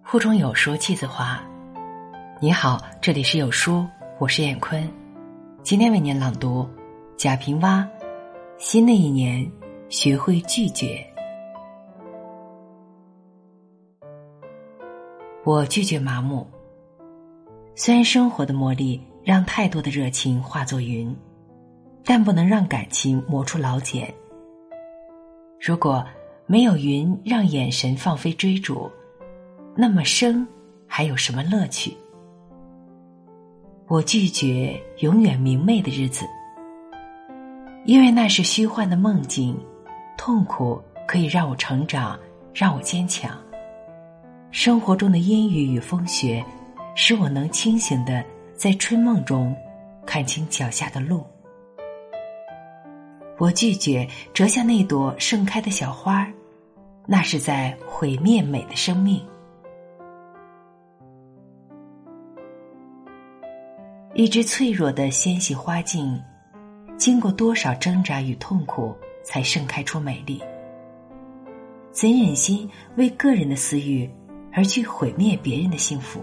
腹中有书气自华。你好，这里是有书，我是闫坤。今天为您朗读贾平凹。新的一年，学会拒绝。我拒绝麻木。虽然生活的磨砺让太多的热情化作云，但不能让感情磨出老茧。如果没有云让眼神放飞追逐，那么生还有什么乐趣？我拒绝永远明媚的日子，因为那是虚幻的梦境，痛苦可以让我成长，让我坚强。生活中的阴雨与风雪，使我能清醒地在春梦中看清脚下的路。我拒绝折下那朵盛开的小花，那是在毁灭美的生命。一只脆弱的纤细花茎，经过多少挣扎与痛苦才盛开出美丽。怎忍心为个人的私欲而去毁灭别人的幸福？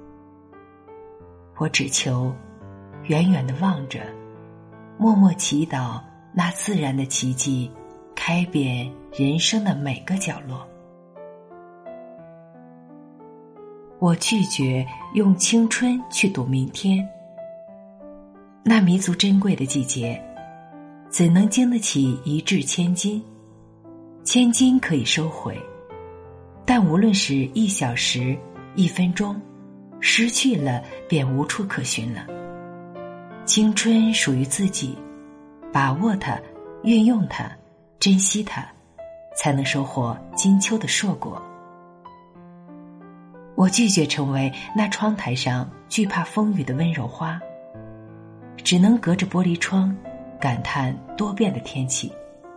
我只求远远地望着，默默祈祷那自然的奇迹开遍人生的每个角落。我拒绝用青春去赌明天。那弥足珍贵的季节，怎能经得起一掷千金？千金可以收回，但无论是1小时、1分钟，失去了便无处可寻了。青春属于自己，把握它，运用它，珍惜它，才能收获金秋的硕果。我拒绝成为那窗台上惧怕风雨的温柔花，只能隔着玻璃窗感叹多变的天气。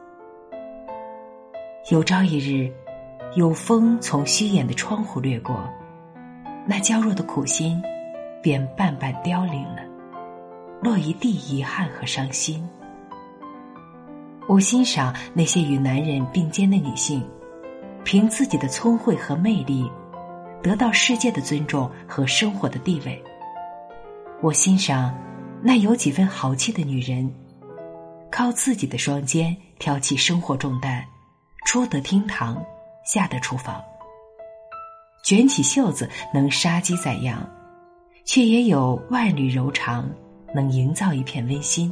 有朝一日，有风从虚掩的窗户掠过，那娇弱的苦心便半半凋零了，落一地遗憾和伤心。我欣赏那些与男人并肩的女性，凭自己的聪慧和魅力，得到世界的尊重和生活的地位。我欣赏那有几分豪气的女人，靠自己的双肩挑起生活重担，出得厅堂，下得厨房，卷起袖子能杀鸡宰羊，却也有万缕柔肠，能营造一片温馨。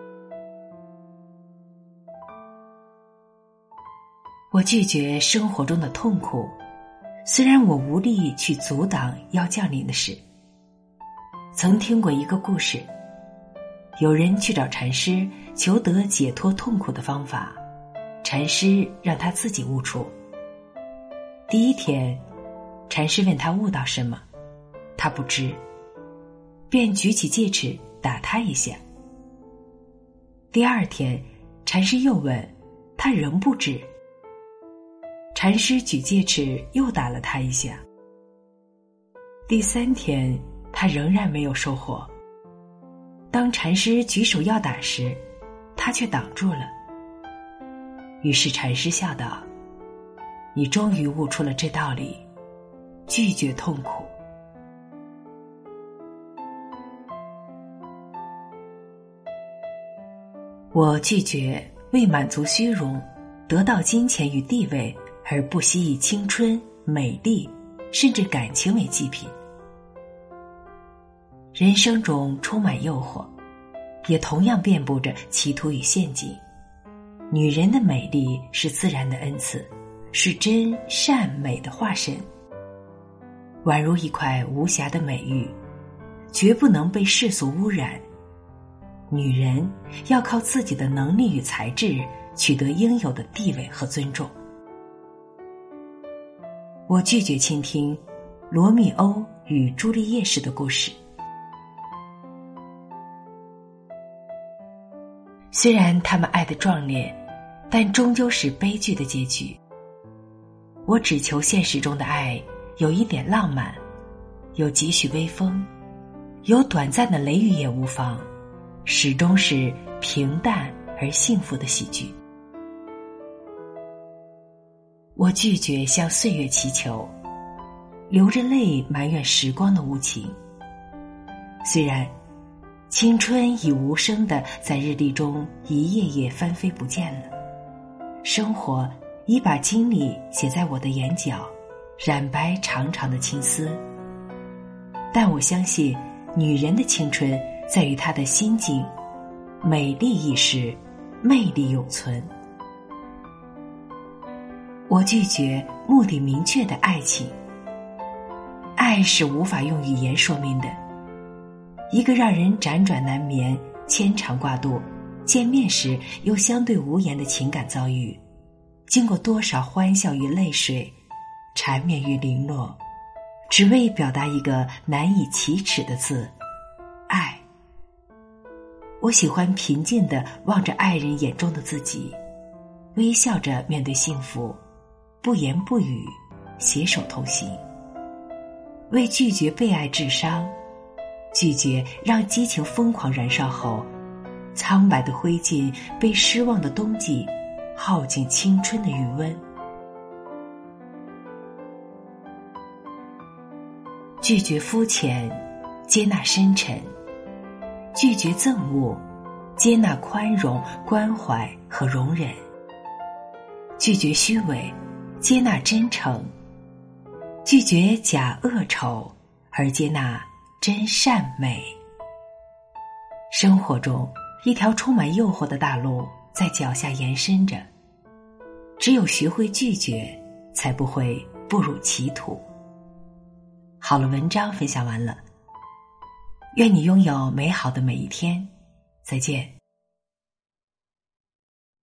我拒绝生活中的痛苦，虽然我无力去阻挡要降临的事。曾听过一个故事，有人去找禅师求得解脱痛苦的方法，禅师让他自己悟出。第一天，禅师问他悟到什么，他不知，便举起戒尺打他一下。第二天，禅师又问，他仍不知。禅师举戒尺又打了他一下。第三天，他仍然没有收获。当禅师举手要打时，他却挡住了。于是禅师笑道，你终于悟出了这道理，拒绝痛苦。我拒绝为满足虚荣，得到金钱与地位，而不惜以青春、美丽，甚至感情为祭品。人生中充满诱惑，也同样遍布着歧途与陷阱。女人的美丽是自然的恩赐，是真善美的化身，宛如一块无瑕的美玉，绝不能被世俗污染。女人要靠自己的能力与才智，取得应有的地位和尊重。我拒绝倾听罗密欧与朱丽叶式的故事。虽然他们爱得壮烈，但终究是悲剧的结局。我只求现实中的爱有一点浪漫，有几许微风，有短暂的雷雨也无妨，始终是平淡而幸福的喜剧。我拒绝向岁月祈求， 流着泪埋怨时光的无情。虽然青春已无声地在日历中一页页翻飞不见了，生活已把经历写在我的眼角，染白长长的青丝。但我相信，女人的青春在于她的心境，美丽一时，魅力永存。我拒绝目的明确的爱情，爱是无法用语言说明的。一个让人辗转难眠、牵肠挂肚，见面时又相对无言的情感遭遇，经过多少欢笑与泪水，缠绵与零落，只为表达一个难以启齿的字：爱。我喜欢平静地望着爱人眼中的自己，微笑着面对幸福，不言不语，携手同行。为拒绝被爱致伤，拒绝让激情疯狂燃烧后，苍白的灰烬被失望的冬季耗尽青春的余温。拒绝肤浅，接纳深沉；拒绝憎恶，接纳宽容、关怀和容忍；拒绝虚伪，接纳真诚；拒绝假恶丑，而接纳真善美。生活中，一条充满诱惑的大路在脚下延伸着，只有学会拒绝，才不会步入歧途。好了，文章分享完了，愿你拥有美好的每一天，再见。